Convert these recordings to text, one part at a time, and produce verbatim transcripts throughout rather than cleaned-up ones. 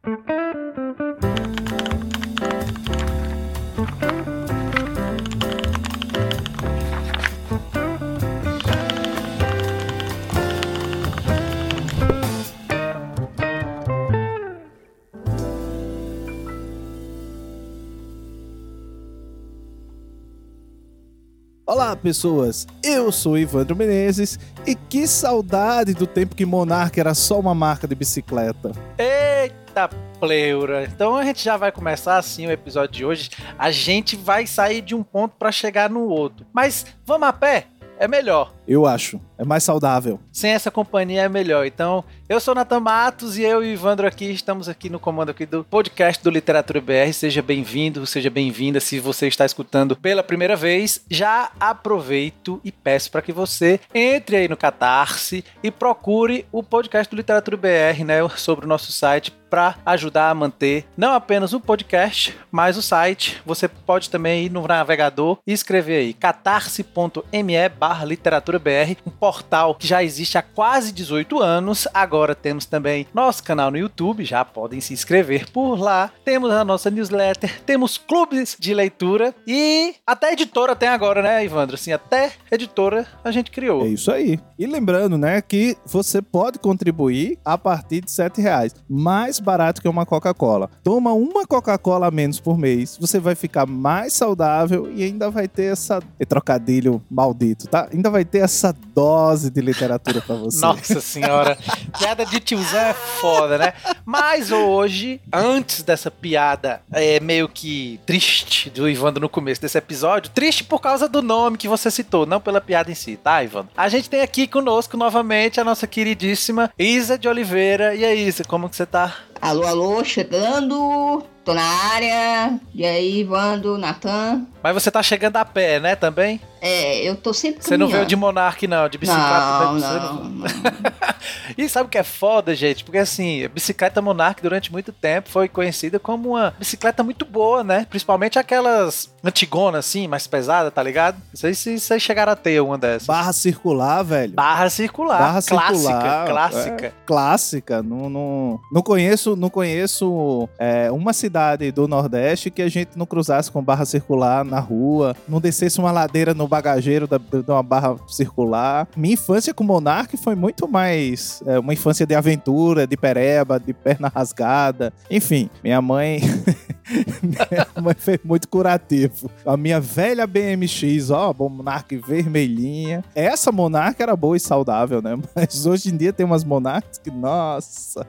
Olá, pessoas! Eu sou Ivandro Menezes e que saudade do tempo que Monark era só uma marca de bicicleta. Eita pleura! Então a gente já vai começar assim o episódio de hoje. A gente vai sair de um ponto para chegar no outro. Mas vamos a pé? É melhor. Eu acho. É mais saudável. Sem essa companhia é melhor. Então, eu sou Nathan Matos e eu e o Ivandro aqui estamos aqui no comando aqui do podcast do Literatura B R. Seja bem-vindo, seja bem-vinda. Se você está escutando pela primeira vez, já aproveito e peço para que você entre aí no Catarse e procure o podcast do Literatura B R, né, sobre o nosso site, para ajudar a manter não apenas o podcast, mas o site. Você pode também ir no navegador e escrever aí catarse.me barra literatura BR, um portal que já existe há quase dezoito anos. Agora temos também nosso canal no YouTube, já podem se inscrever por lá. Temos a nossa newsletter, temos clubes de leitura e até editora tem agora, né, Ivandro? Assim, até editora a gente criou. É isso aí. E lembrando, né, que você pode contribuir a partir de sete reais. Mais barato que uma Coca-Cola. Toma uma Coca-Cola a menos por mês, você vai ficar mais saudável e ainda vai ter essa... É trocadilho maldito, tá? Ainda vai ter essa dose de literatura pra você. Nossa senhora, piada de tiozão é foda, né? Mas hoje, antes dessa piada é, meio que triste do Ivandro no começo desse episódio, triste por causa do nome que você citou, não pela piada em si, tá, Ivandro? A gente tem aqui conosco novamente a nossa queridíssima Isa de Oliveira. E aí, Isa, como que você tá? Alô, alô, chegando, tô na área, e aí, Ivandro, Nathan. Mas você tá chegando a pé, né, também? É, eu tô sempre Você não veio de Monark, não, de bicicleta. Não, não, não, não. E sabe o que é foda, gente? Porque assim, a bicicleta Monark durante muito tempo foi conhecida como uma bicicleta muito boa, né? Principalmente aquelas antigonas, assim, mais pesada, tá ligado? Não sei se vocês chegaram a ter uma dessas. Barra circular, velho. Barra circular. Barra clássica, circular. Clássica. É, clássica. Não, não, não conheço, não conheço é, uma cidade do Nordeste que a gente não cruzasse com barra circular na rua, não descesse uma ladeira no bagageiro da, de uma barra circular. Minha infância com Monark foi muito mais é, uma infância de aventura, de pereba, de perna rasgada. Enfim, minha mãe... minha mãe fez muito curativo. A minha velha B M X, ó, Monark vermelhinha. Essa Monark era boa e saudável, né? Mas hoje em dia tem umas Monarks que, nossa...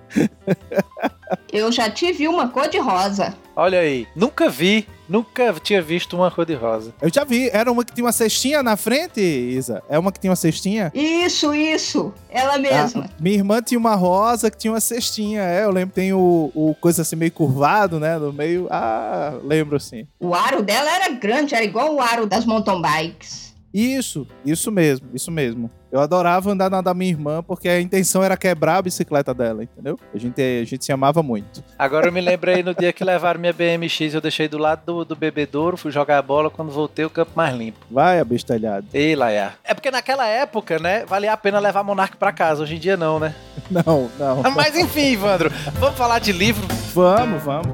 Eu já tive uma cor de rosa. Olha aí, nunca vi, nunca tinha visto uma cor de rosa. Eu já vi, era uma que tinha uma cestinha na frente, Isa? É uma que tinha uma cestinha? Isso, isso, ela mesma. Ah, minha irmã tinha uma rosa que tinha uma cestinha, é, eu lembro, tem o, o coisa assim meio curvado, né, no meio, ah, lembro sim. O aro dela era grande, era igual o aro das mountain bikes. Isso, isso mesmo, isso mesmo. Eu adorava andar na da minha irmã, porque a intenção era quebrar a bicicleta dela, entendeu? A gente, a gente se amava muito. Agora eu me lembrei no dia que levaram minha B M X, eu deixei do lado do, do bebedouro, fui jogar a bola, quando voltei o campo mais limpo. Vai, abestalhado. Ei, Laia. É porque naquela época, né, valia a pena levar Monark pra casa, hoje em dia não, né? Não, não. Mas enfim, Ivandro, vamos falar de livro? Vamos, vamos.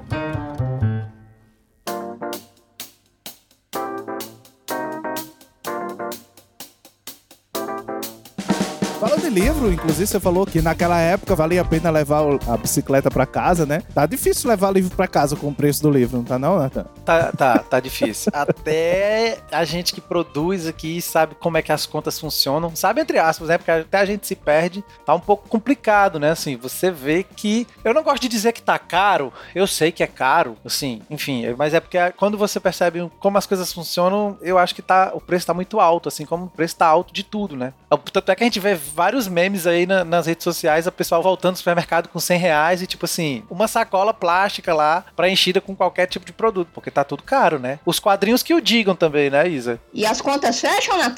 Fala de livro, inclusive você falou que naquela época valia a pena levar a bicicleta pra casa, né? Tá difícil levar livro pra casa com o preço do livro, não tá não, Nathan? Tá, tá, tá difícil. Até a gente que produz aqui sabe como é que as contas funcionam, sabe entre aspas, né? Porque até a gente se perde, tá um pouco complicado, né? Assim, você vê que... Eu não gosto de dizer que tá caro, eu sei que é caro, assim, enfim, mas é porque quando você percebe como as coisas funcionam, eu acho que tá, o preço tá muito alto, assim, como o preço tá alto de tudo, né? Tanto é que a gente vê vários memes aí na, nas redes sociais, a pessoal voltando do supermercado com cem reais e tipo assim, uma sacola plástica lá preenchida com qualquer tipo de produto, porque tá tudo caro, né? Os quadrinhos que o digam também, né, Isa? E as contas fecham, Nathan?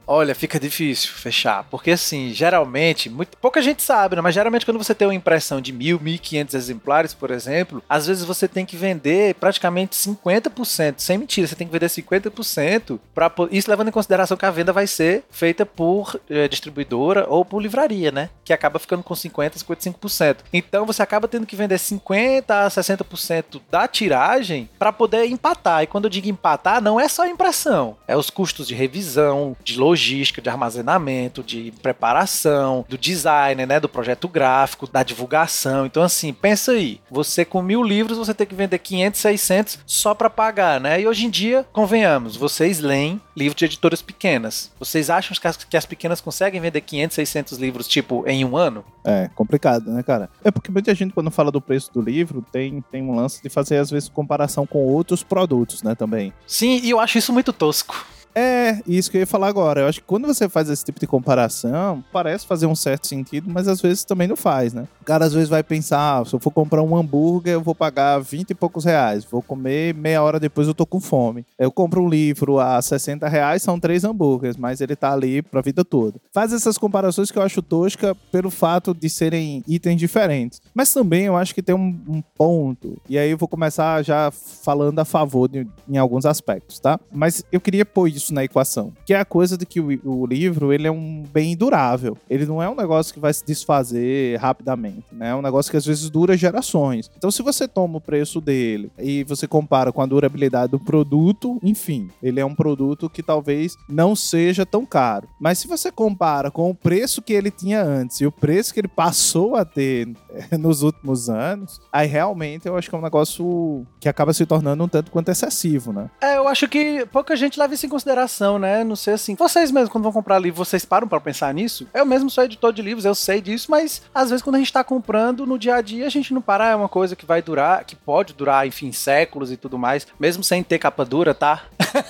Olha, fica difícil fechar, porque assim, geralmente, muito, pouca gente sabe, né? Mas geralmente quando você tem uma impressão de mil, mil e quinhentos exemplares, por exemplo, às vezes você tem que vender praticamente cinquenta por cento, sem mentira, você tem que vender cinquenta por cento, pra, isso levando em consideração que a venda vai ser feita por é, distribuidora ou por livraria, né? Que acaba ficando com cinquenta, cinquenta e cinco por cento. Então você acaba tendo que vender cinquenta a sessenta por cento da tiragem para poder empatar. E quando eu digo empatar, não é só a impressão, é os custos de revisão, de logística, logística, de armazenamento, de preparação, do design, né, do projeto gráfico, da divulgação. Então, assim, pensa aí, você com mil livros, você tem que vender quinhentos, seiscentos só para pagar, né? E hoje em dia, convenhamos, vocês leem livros de editoras pequenas. Vocês acham que as, que as pequenas conseguem vender quinhentos, seiscentos livros, tipo, em um ano? É, complicado, né, cara? É porque muita gente, quando fala do preço do livro, tem, tem um lance de fazer, às vezes, comparação com outros produtos, né, também. Sim, e eu acho isso muito tosco. É, isso que eu ia falar agora. Eu acho que quando você faz esse tipo de comparação, parece fazer um certo sentido, mas às vezes também não faz, né? O cara às vezes vai pensar, ah, se eu for comprar um hambúrguer, eu vou pagar vinte e poucos reais. Vou comer, meia hora depois eu tô com fome. Eu compro um livro a sessenta reais, são três hambúrgueres, mas ele tá ali pra vida toda. Faz essas comparações que eu acho tosca pelo fato de serem itens diferentes. Mas também eu acho que tem um, um ponto, e aí eu vou começar já falando a favor de, em alguns aspectos, tá? Mas eu queria pôr isso na equação, que é a coisa de que o, o livro, ele é um bem durável. Ele não é um negócio que vai se desfazer rapidamente, né? É um negócio que às vezes dura gerações. Então, se você toma o preço dele e você compara com a durabilidade do produto, enfim, ele é um produto que talvez não seja tão caro. Mas se você compara com o preço que ele tinha antes e o preço que ele passou a ter é, nos últimos anos, aí realmente eu acho que é um negócio que acaba se tornando um tanto quanto excessivo, né? É, eu acho que pouca gente leva isso em consideração, né? Não sei assim. Vocês mesmos, quando vão comprar livro, vocês param pra pensar nisso? Eu mesmo sou editor de livros, eu sei disso, mas às vezes quando a gente tá comprando no dia a dia, a gente não para. É uma coisa que vai durar, que pode durar, enfim, séculos e tudo mais, mesmo sem ter capa dura, tá?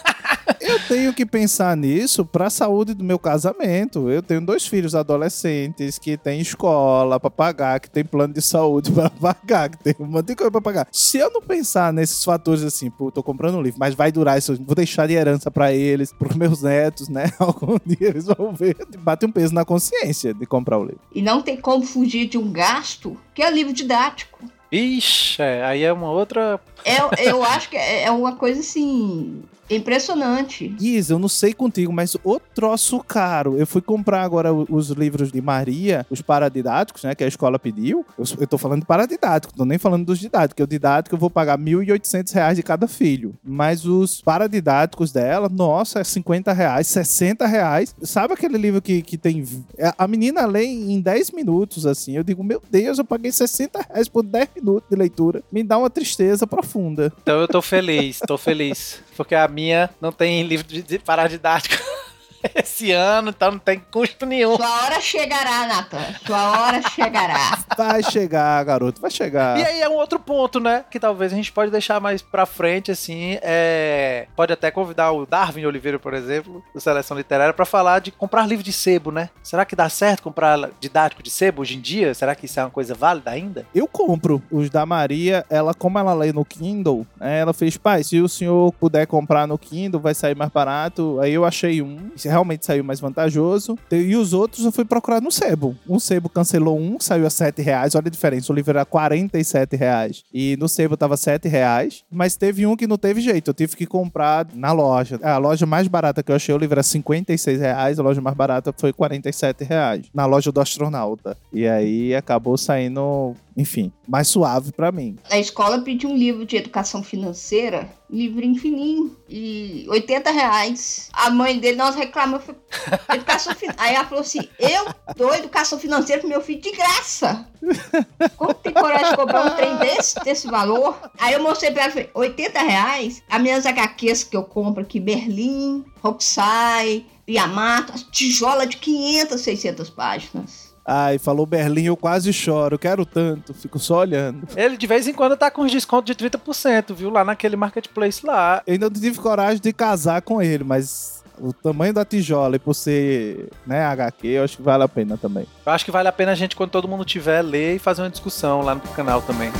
Eu tenho que pensar nisso pra saúde do meu casamento. Eu tenho dois filhos adolescentes que têm escola pra pagar, que tem plano de saúde pra pagar, que tem um monte de coisa pra pagar. Se eu não pensar nesses fatores assim, pô, tô comprando um livro, mas vai durar isso, vou deixar de herança pra eles, pros meus netos, né? Algum dia eles vão ver. Bate um peso na consciência de comprar o livro. E não tem como fugir de um gasto, que é livro didático. Ixi, é, aí é uma outra... É, eu acho que é uma coisa assim... impressionante. Isa, eu não sei contigo, mas o troço caro. Eu fui comprar agora os livros de Maria, os paradidáticos, né, que a escola pediu. Eu, eu tô falando de paradidático, tô nem falando dos didáticos, porque o didático eu vou pagar mil e oitocentos reais de cada filho. Mas os paradidáticos dela, nossa, é cinquenta reais, sessenta reais. Sabe aquele livro que, que tem... A menina lê em dez minutos, assim. Eu digo, meu Deus, eu paguei sessenta reais por dez minutos de leitura. Me dá uma tristeza profunda. Então eu tô feliz, tô feliz. Porque a minha não tem livro de paradidático esse ano, então não tem custo nenhum. Sua hora chegará, Nathan. Sua hora chegará. Vai chegar, garoto, vai chegar. E aí é um outro ponto, né? Que talvez a gente pode deixar mais pra frente, assim. É... Pode até convidar o Darwin Oliveira, por exemplo, do Seleção Literária, pra falar de comprar livro de sebo, né? Será que dá certo comprar didático de sebo hoje em dia? Será que isso é uma coisa válida ainda? Eu compro os da Maria. Ela, como ela lê no Kindle, ela fez, pai, se o senhor puder comprar no Kindle, vai sair mais barato. Aí eu achei um, realmente saiu mais vantajoso. E os outros eu fui procurar no sebo. Um sebo cancelou um, saiu a sete reais. Olha a diferença, o livro era quarenta e sete reais. E no sebo tava sete reais. Mas teve um que não teve jeito, eu tive que comprar na loja. A loja mais barata que eu achei, o livro era cinquenta e seis reais. A loja mais barata foi quarenta e sete reais. Na loja do Astronauta. E aí acabou saindo... Enfim, mais suave pra mim. A escola pediu um livro de educação financeira, livrinho fininho, e oitenta reais. A mãe dele, nós reclamamos, educação financeira. Aí ela falou assim, eu dou educação financeira pro meu filho de graça. Como tem coragem de comprar um trem desse, desse valor? Aí eu mostrei pra ela, falei, oitenta reais? As minhas agá quês que eu compro aqui, Berlim, Hokusai, Yamato, tijola de quinhentas, seiscentas páginas. Ai, falou Berlim, eu quase choro, quero tanto, fico só olhando. Ele de vez em quando tá com uns descontos de trinta por cento, viu? Lá naquele marketplace lá. Eu ainda não tive coragem de casar com ele, mas o tamanho da tijola e por ser, né, agá quê, eu acho que vale a pena também. Eu acho que vale a pena a gente, quando todo mundo tiver, ler e fazer uma discussão lá no canal também.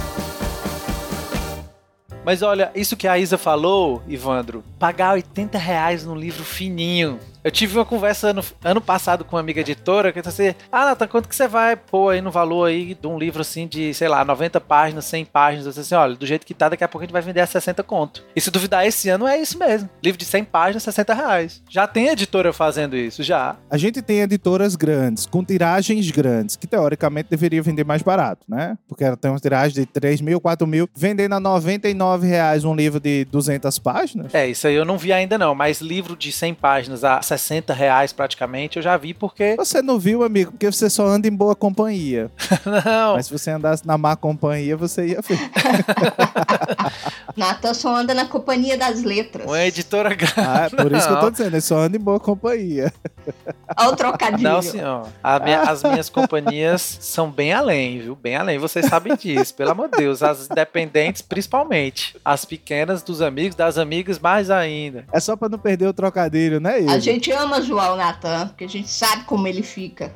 Mas olha, isso que a Isa falou, Ivandro, pagar oitenta reais num livro fininho, Eu tive uma conversa ano, ano passado com uma amiga editora que disse assim, ah, Nathan, quanto que você vai pôr aí no valor aí de um livro assim de, sei lá, noventa páginas, cem páginas? Eu disse assim, olha, do jeito que tá, daqui a pouco a gente vai vender a sessenta conto. E se duvidar, esse ano é isso mesmo. Livro de cem páginas, sessenta reais. Já tem editora fazendo isso, já. A gente tem editoras grandes, com tiragens grandes, que teoricamente deveria vender mais barato, né? Porque ela tem uma tiragem de três mil, quatro mil, vendendo a noventa e nove reais um livro de duzentas páginas. É, isso aí eu não vi ainda não, mas livro de cem páginas a sessenta reais praticamente eu já vi porque... Você não viu, amigo, porque você só anda em boa companhia. Não. Mas se você andasse na má companhia, você ia ver. Nathan só anda na companhia das letras. Uma editora grande. Ah, é por isso que eu tô dizendo, ele só anda em boa companhia. Olha o trocadilho. Não, senhor. A minha, as minhas companhias são bem além, viu? Bem além. Vocês sabem disso, pelo amor de Deus. As independentes, principalmente. As pequenas dos amigos, das amigas, mais ainda. É só pra não perder o trocadilho, né, Igor? A gente ama João Nathan, porque a gente sabe como ele fica.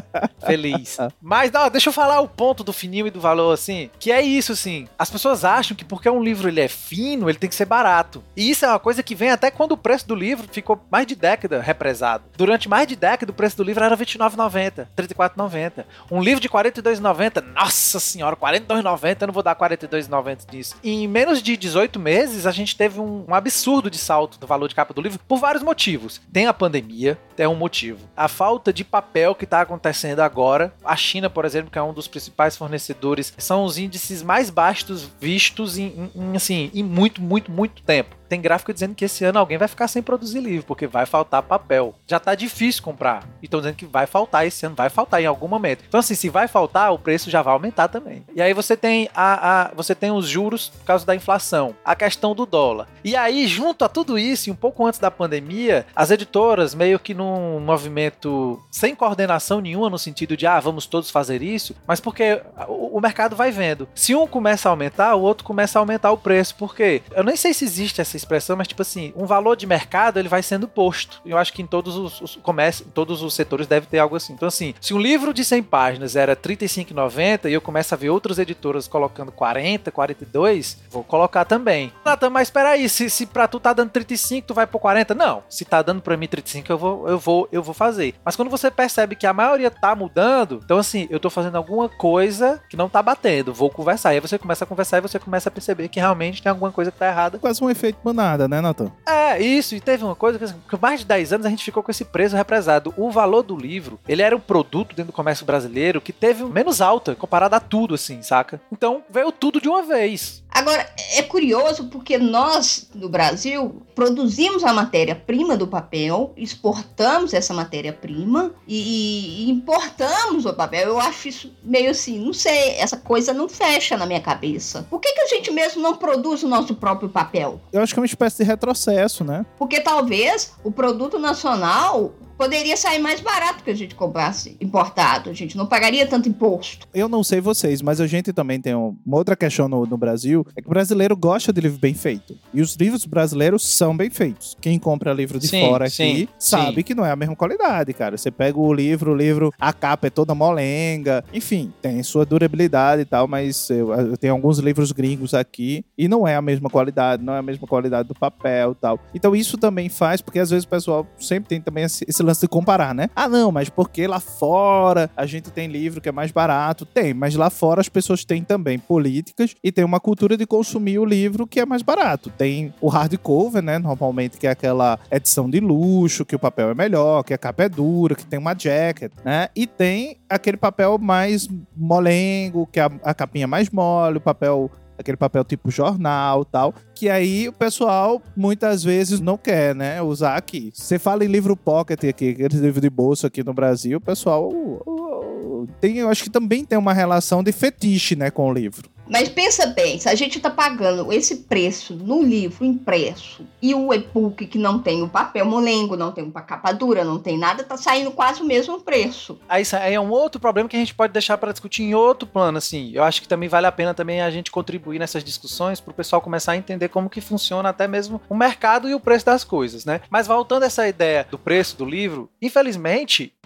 Feliz. Mas, não, deixa eu falar o ponto do fininho e do valor, assim, que é isso, assim. As pessoas acham que porque um livro ele é fino, ele tem que ser barato. E isso é uma coisa que vem até quando o preço do livro ficou mais de década represado. Durante mais de década, o preço do livro era vinte e nove reais e noventa centavos, trinta e quatro reais e noventa centavos. Um livro de quarenta e dois reais e noventa centavos, nossa senhora, quarenta e dois reais e noventa centavos, eu não vou dar quarenta e dois reais e noventa centavos nisso. E em menos de dezoito meses, a gente teve um, um absurdo de salto do valor de capa do livro por vários motivos. Tem a pandemia, é um motivo. A falta de papel que está acontecendo agora. A China, por exemplo, que é um dos principais fornecedores, são os índices mais baixos vistos em, em, em, assim, em muito, muito, muito tempo. Tem gráfico dizendo que esse ano alguém vai ficar sem produzir livro, porque vai faltar papel. Já tá difícil comprar. E estão dizendo que vai faltar esse ano, vai faltar em algum momento. Então, assim, se vai faltar, o preço já vai aumentar também. E aí você tem, a, a, você tem os juros por causa da inflação, a questão do dólar. E aí, junto a tudo isso, e um pouco antes da pandemia, as editoras, meio que num movimento sem coordenação nenhuma, no sentido de, ah, vamos todos fazer isso, mas porque o, o mercado vai vendo. Se um começa a aumentar, o outro começa a aumentar o preço. Por quê? Eu nem sei se existe essa expressão, mas tipo assim, um valor de mercado ele vai sendo posto. Eu acho que em todos os, os comércios, em todos os setores deve ter algo assim. Então assim, se um livro de cem páginas era trinta e cinco reais e noventa centavos e eu começo a ver outras editoras colocando quarenta, quarenta e dois, vou colocar também. Nathan, mas espera aí, se, se pra tu tá dando trinta e cinco, tu vai por quarenta? Não, se tá dando pra mim trinta e cinco, eu vou, eu vou, eu vou fazer. Mas quando você percebe que a maioria tá mudando, então assim, eu tô fazendo alguma coisa que não tá batendo, vou conversar. Aí você começa a conversar e você começa a perceber que realmente tem alguma coisa que tá errada. Quase um efeito manada, né, Nathan? É, isso. E teve uma coisa que, assim, por mais de dez anos a gente ficou com esse preço represado. O valor do livro, ele era um produto dentro do comércio brasileiro que teve menos alta comparado a tudo, assim, saca? Então veio tudo de uma vez. Agora, é curioso porque nós, no Brasil, produzimos a matéria-prima do papel, exportamos essa matéria-prima e, e importamos o papel. Eu acho isso meio assim, não sei, essa coisa não fecha na minha cabeça. Por que que a gente mesmo não produz o nosso próprio papel? Eu acho que é uma espécie de retrocesso, né? Porque talvez o produto nacional poderia sair mais barato que a gente comprasse importado. A gente não pagaria tanto imposto. Eu não sei vocês, mas a gente também tem uma outra questão no, no Brasil, é que o brasileiro gosta de livro bem feito. E os livros brasileiros são bem feitos. Quem compra livro de sim, fora sim, aqui sabe sim. que não é a mesma qualidade, cara. Você pega o livro, o livro, a capa é toda molenga. Enfim, tem sua durabilidade e tal, mas eu, eu tenho alguns livros gringos aqui e não é a mesma qualidade, não é a mesma qualidade do papel e tal. Então isso também faz, porque às vezes o pessoal sempre tem também esse, esse lance de comparar, né? Ah, não, mas porque lá fora a gente tem livro que é mais barato? Tem, mas lá fora as pessoas têm também políticas e tem uma cultura de consumir o livro que é mais barato. Tem o hardcover, né? Normalmente, que é aquela edição de luxo, que o papel é melhor, que a capa é dura, que tem uma jacket, né? E tem aquele papel mais molengo, que a, a capinha é mais mole, o papel... aquele papel tipo jornal e tal, que aí o pessoal muitas vezes não quer, né, usar aqui. Você fala em livro pocket aqui, aquele livro de bolso aqui no Brasil, o pessoal uh, uh, tem, eu acho que também tem uma relação de fetiche, né, com o livro. Mas pensa bem, se a gente está pagando esse preço no livro impresso e o e-book que não tem o papel molengo, não tem uma capa dura, não tem nada, tá saindo quase o mesmo preço. Aí, aí é um outro problema que a gente pode deixar para discutir em outro plano, assim. Eu acho que também vale a pena também a gente contribuir nessas discussões para o pessoal começar a entender como que funciona até mesmo o mercado e o preço das coisas, né? Mas voltando a essa ideia do preço do livro, infelizmente,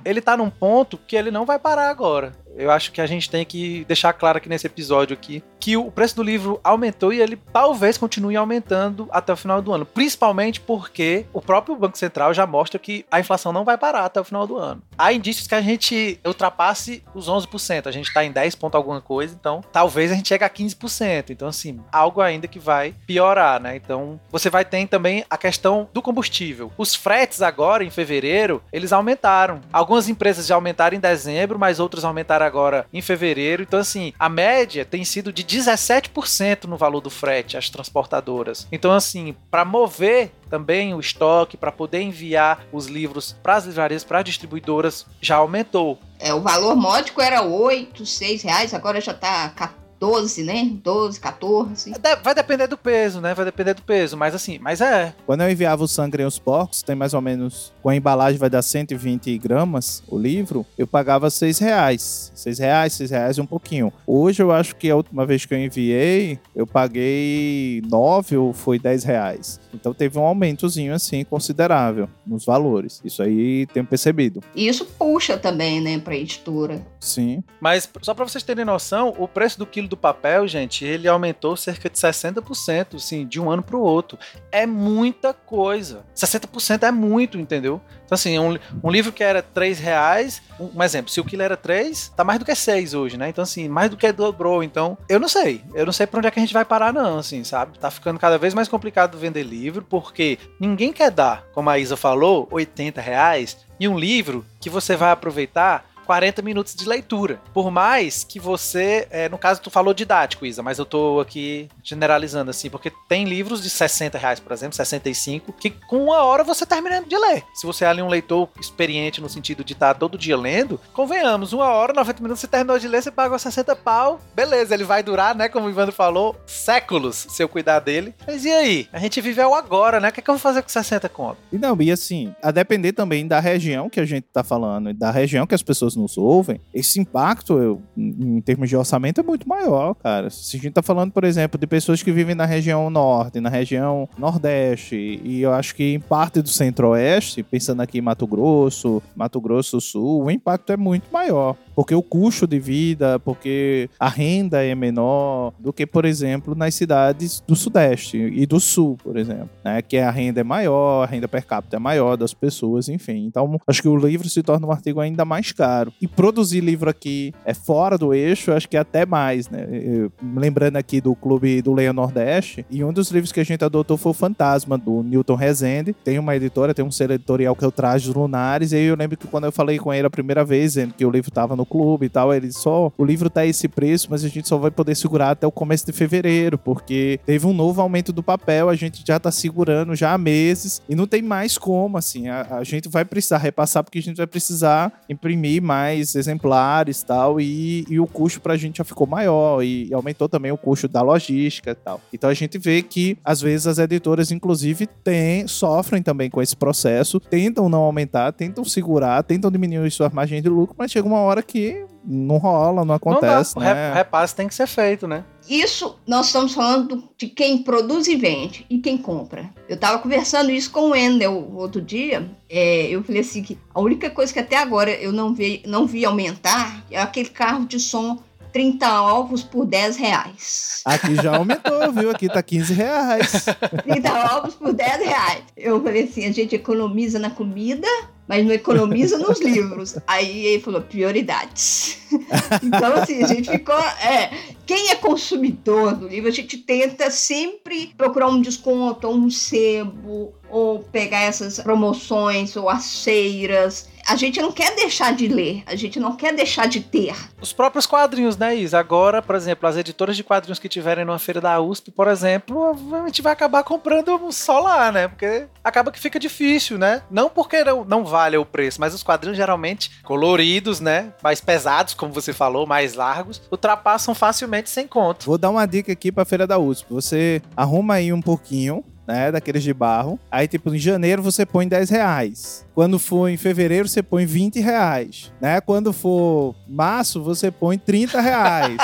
ele tá num ponto que ele não vai parar agora. Eu acho que a gente tem que deixar claro aqui nesse episódio aqui que o preço do livro aumentou e ele talvez continue aumentando até o final do ano. Principalmente porque o próprio Banco Central já mostra que a inflação não vai parar até o final do ano. Há indícios que a gente ultrapasse os onze por cento. A gente tá em dez ponto alguma coisa, então talvez a gente chegue a quinze por cento. Então, assim, algo ainda que vai piorar, né? Então, você vai ter também a questão do combustível. Os fretes agora, em fevereiro, eles aumentaram. Algumas empresas já aumentaram em dezembro, mas outras aumentaram agora em fevereiro. Então, assim, a média tem sido de dezessete por cento no valor do frete, as transportadoras. Então, assim, para mover também o estoque, para poder enviar os livros para as livrarias, para as distribuidoras, já aumentou. É, o valor módico era oito, seis reais, agora já tá doze, né? doze, quatorze. Vai depender do peso, né? Vai depender do peso, mas assim, mas é. Quando eu enviava o Sangue e os Porcos, tem mais ou menos, com a embalagem vai dar cento e vinte gramas o livro, eu pagava seis reais. seis reais, seis reais e um pouquinho. Hoje eu acho que a última vez que eu enviei, eu paguei nove ou foi dez reais. Então teve um aumentozinho assim considerável nos valores. Isso aí tenho percebido. E isso puxa também, né, pra editora. Sim. Mas só pra vocês terem noção, o preço do quilo do papel, gente, ele aumentou cerca de sessenta por cento, assim, de um ano pro outro. É muita coisa. sessenta por cento é muito, entendeu? Então, assim, um, um livro que era três reais, um, um exemplo, se o quilo era três, tá mais do que seis hoje, né? Então, assim, mais do que dobrou. Então, eu não sei. Eu não sei pra onde é que a gente vai parar, não, assim, sabe? Tá ficando cada vez mais complicado vender livro, porque ninguém quer dar, como a Isa falou, oitenta reais e um livro que você vai aproveitar quarenta minutos de leitura. Por mais que você, é, no caso tu falou didático, Isa, mas eu tô aqui generalizando assim, porque tem livros de sessenta reais, por exemplo, sessenta e cinco, que com uma hora você termina de ler. Se você é ali um leitor experiente no sentido de estar todo dia lendo, convenhamos, uma hora, noventa minutos, você terminou de ler, você pagou sessenta pau, beleza, ele vai durar, né, como o Ivandro falou, séculos, se eu cuidar dele. Mas e aí? A gente vive o agora, né? O que é que eu vou fazer com sessenta conto? E não, e assim, a depender também da região que a gente tá falando, da região que as pessoas nos ouvem, esse impacto eu, em termos de orçamento é muito maior, cara. Se a gente tá falando, por exemplo, de pessoas que vivem na região norte, na região nordeste, e eu acho que em parte do centro-oeste, pensando aqui em Mato Grosso, Mato Grosso do Sul, o impacto é muito maior. Porque o custo de vida, porque a renda é menor do que, por exemplo, nas cidades do Sudeste e do Sul, por exemplo, né? Que a renda é maior, a renda per capita é maior das pessoas, enfim. Então, acho que o livro se torna um artigo ainda mais caro. E produzir livro aqui é fora do eixo, acho que é até mais, né? Eu, lembrando aqui do Clube do Leia Nordeste, e um dos livros que a gente adotou foi o Fantasma, do Newton Rezende. Tem uma editora, tem um selo editorial que é o Trajes Lunares, e aí eu lembro que quando eu falei com ele a primeira vez, dizendo que o livro tava no clube e tal, ele só, o livro tá a esse preço, mas a gente só vai poder segurar até o começo de fevereiro, porque teve um novo aumento do papel, a gente já tá segurando já há meses, e não tem mais como, assim, a, a gente vai precisar repassar, porque a gente vai precisar imprimir mais exemplares e tal, e, e o custo pra gente já ficou maior, e, e aumentou também o custo da logística e tal. Então a gente vê que, às vezes, as editoras, inclusive, tem, sofrem também com esse processo, tentam não aumentar, tentam segurar, tentam diminuir suas margens de lucro, mas chega uma hora que não rola, não acontece, não dá. né? O repasse tem que ser feito, né? Isso nós estamos falando de quem produz e vende e quem compra. Eu estava conversando isso com o Wendel outro dia. É, eu falei assim que a única coisa que até agora eu não vi, não vi aumentar é aquele carro de som trinta ovos por dez reais. Aqui já aumentou, viu? Aqui tá quinze reais. trinta ovos por dez reais. Eu falei assim, a gente economiza na comida, mas não economiza nos livros. Aí ele falou, prioridades. Então, assim, a gente ficou... É, quem é consumidor do livro, a gente tenta sempre procurar um desconto, um sebo, ou pegar essas promoções, ou as feiras. A gente não quer deixar de ler, a gente não quer deixar de ter. Os próprios quadrinhos, né, Isa? Agora, por exemplo, as editoras de quadrinhos que tiverem numa feira da U S P, por exemplo, a gente vai acabar comprando só lá, né? Porque acaba que fica difícil, né? Não porque não, não vale o preço, mas os quadrinhos geralmente coloridos, né? Mais pesados, como você falou, mais largos, ultrapassam facilmente sem conto. Vou dar uma dica aqui pra feira da U S P. Você arruma aí um pouquinho, né, daqueles de barro. Aí, tipo, em janeiro você põe dez reais. Quando for em fevereiro, você põe vinte reais. Né? Quando for março, você põe trinta reais.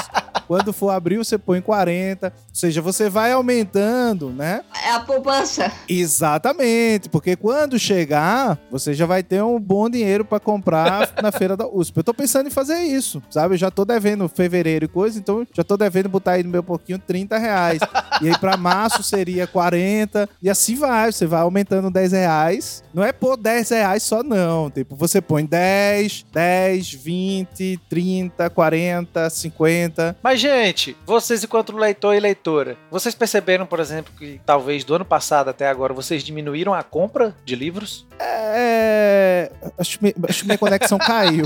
Quando for abril, você põe quarenta. Ou seja, você vai aumentando, né? É a poupança. Exatamente, porque quando chegar, você já vai ter um bom dinheiro pra comprar na feira da U S P. Eu tô pensando em fazer isso, sabe? Eu já tô devendo fevereiro e coisa, então já tô devendo botar aí no meu pouquinho trinta reais. E aí pra março seria quarenta, e assim vai, você vai aumentando dez reais. Não é pôr dez reais só não, tipo, você põe dez, dez, vinte, trinta, quarenta, cinquenta. Mas, gente, vocês enquanto leitor e leitora, vocês perceberam, por exemplo, que talvez do ano passado até agora vocês diminuíram a compra de livros? É... Acho que acho que minha conexão caiu.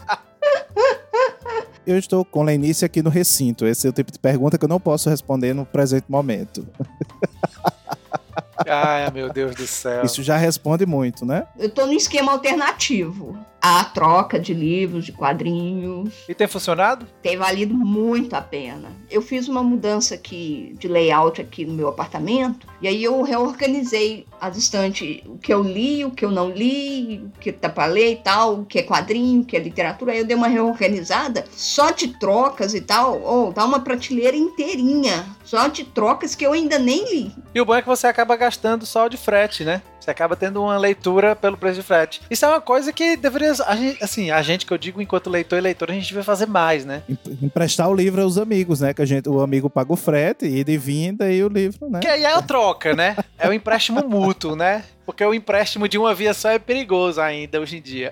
Eu estou com Lenice aqui no recinto. Esse é o tipo de pergunta que eu não posso responder no presente momento. Ai, meu Deus do céu. Isso já responde muito, né? Eu tô num esquema alternativo. A troca de livros, de quadrinhos. E tem funcionado? Tem valido muito a pena. Eu fiz uma mudança aqui de layout aqui no meu apartamento. E aí eu reorganizei as estantes. O que eu li, o que eu não li, o que tá pra ler e tal. O que é quadrinho, o que é literatura. Aí eu dei uma reorganizada só de trocas e tal. Ou oh, dá uma prateleira inteirinha. Só de trocas que eu ainda nem li. E o bom é que você acaba gastando só de frete, né? Você acaba tendo uma leitura pelo preço de frete. Isso é uma coisa que deveria... A gente, assim, a gente que eu digo enquanto leitor e leitora, a gente devia fazer mais, né? Emprestar o livro aos amigos, né? Que a gente, o amigo paga o frete, ida e vinda, e o livro, né? Que aí é a troca, né? É o empréstimo mútuo, né? Porque o empréstimo de uma via só é perigoso ainda hoje em dia.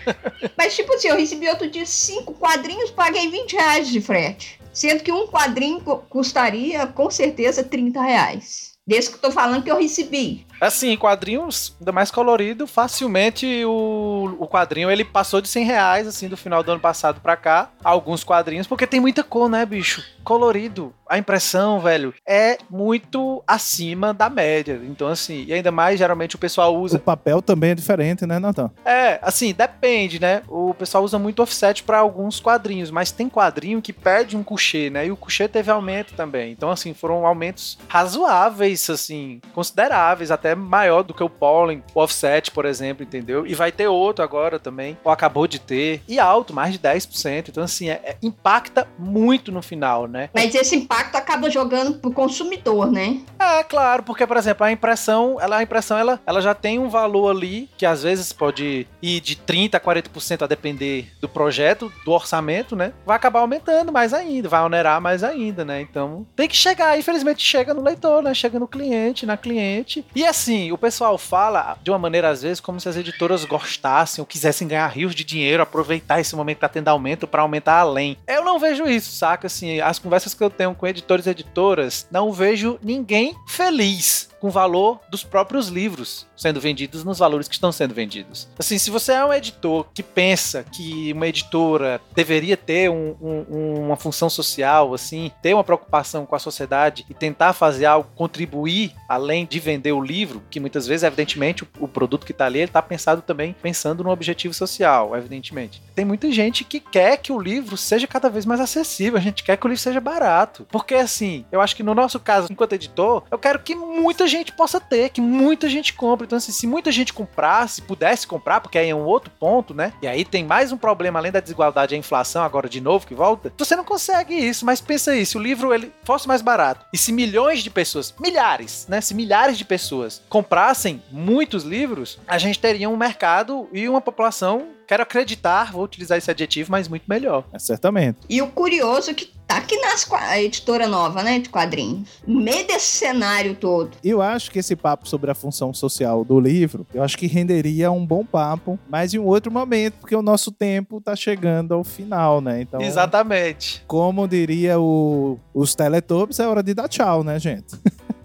Mas tipo assim, eu recebi outro dia cinco quadrinhos, paguei vinte reais de frete. Sendo que um quadrinho custaria, com certeza, trinta reais. Desse que eu tô falando que eu recebi. Assim, quadrinhos, ainda mais colorido, facilmente o, o quadrinho, ele passou de cem reais, assim, do final do ano passado pra cá. Alguns quadrinhos, porque tem muita cor, né, bicho? Colorido. A impressão, velho, é muito acima da média. Então, assim, e ainda mais, geralmente, o pessoal usa... O papel também é diferente, né, Nathan? É, assim, depende, né? O pessoal usa muito offset pra alguns quadrinhos, mas tem quadrinho que perde um couché, né? E o couché teve aumento também. Então, assim, foram aumentos razoáveis, assim, consideráveis, até maior do que o pólen, o offset, por exemplo, entendeu? E vai ter outro agora também, ou acabou de ter, e alto, mais de dez por cento. Então, assim, é, é, impacta muito no final, né? Mas esse impacto acaba jogando pro consumidor, né? É, claro, porque, por exemplo, a impressão, ela, a impressão, ela, ela já tem um valor ali, que às vezes pode ir de trinta a quarenta por cento a depender do projeto, do orçamento, né? Vai acabar aumentando mais ainda, vai onerar mais ainda, né? Então, tem que chegar, infelizmente chega no leitor, né? Chega no cliente, na cliente. E assim, o pessoal fala de uma maneira, às vezes, como se as editoras gostassem ou quisessem ganhar rios de dinheiro, aproveitar esse momento que tá tendo aumento pra aumentar além. Eu não vejo isso, saca? Assim, as conversas que eu tenho com editores e editoras, não vejo ninguém feliz com o valor dos próprios livros sendo vendidos nos valores que estão sendo vendidos. Assim, se você é um editor que pensa que uma editora deveria ter um, um, uma função social, assim, ter uma preocupação com a sociedade e tentar fazer algo, contribuir além de vender o livro, que muitas vezes, evidentemente, o, o produto que está ali, ele está pensado também, pensando no objetivo social, evidentemente. Tem muita gente que quer que o livro seja cada vez mais acessível, a gente quer que o livro seja barato. Porque, assim, eu acho que no nosso caso, enquanto editor, eu quero que muita gente possa ter, que muita gente compre. Então, assim, se muita gente comprasse, pudesse comprar, porque aí é um outro ponto, né? E aí tem mais um problema, além da desigualdade, a inflação, agora de novo, que volta. Você não consegue isso, mas pensa aí, se o livro ele fosse mais barato, e se milhões de pessoas, milhares, né? Se milhares de pessoas comprassem muitos livros, a gente teria um mercado e uma população, quero acreditar, vou utilizar esse adjetivo, mas muito melhor. É, certamente. E o curioso é que tá que nasce a editora nova, né, de quadrinhos. No meio desse cenário todo. Eu acho que esse papo sobre a função social do livro, eu acho que renderia um bom papo, mas em um outro momento, porque o nosso tempo tá chegando ao final, né? Então, exatamente. Como diria o, os Teletubbies, é hora de dar tchau, né, gente?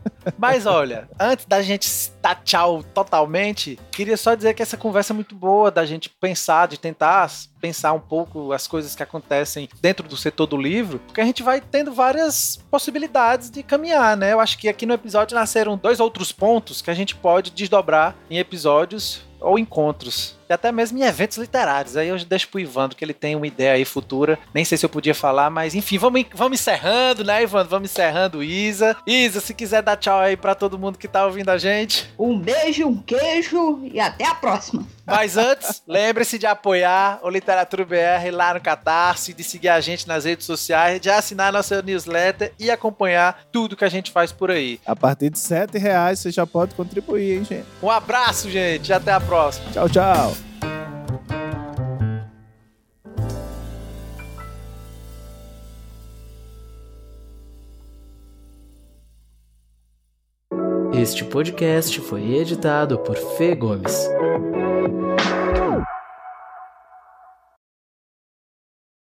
Mas olha, antes da gente dar tchau totalmente, queria só dizer que essa conversa é muito boa, da gente pensar, de tentar pensar um pouco as coisas que acontecem dentro do setor do livro, porque a gente vai tendo várias possibilidades de caminhar, né? Eu acho que aqui no episódio nasceram dois outros pontos que a gente pode desdobrar em episódios ou encontros e até mesmo em eventos literários. Aí eu deixo pro Ivandro, que ele tem uma ideia aí futura. Nem sei se eu podia falar, mas enfim, vamos, vamos encerrando, né, Ivandro? Vamos encerrando, Isa. Isa, se quiser dar tchau aí pra todo mundo que tá ouvindo a gente. Um beijo, um queijo e até a próxima. Mas antes, lembre-se de apoiar o Literatura B R lá no Catarse, de seguir a gente nas redes sociais, de assinar a nossa newsletter e acompanhar tudo que a gente faz por aí. A partir de sete reais você já pode contribuir, hein, gente? Um abraço, gente. Até a próxima. Tchau, tchau. Este podcast foi editado por Fê Gomes.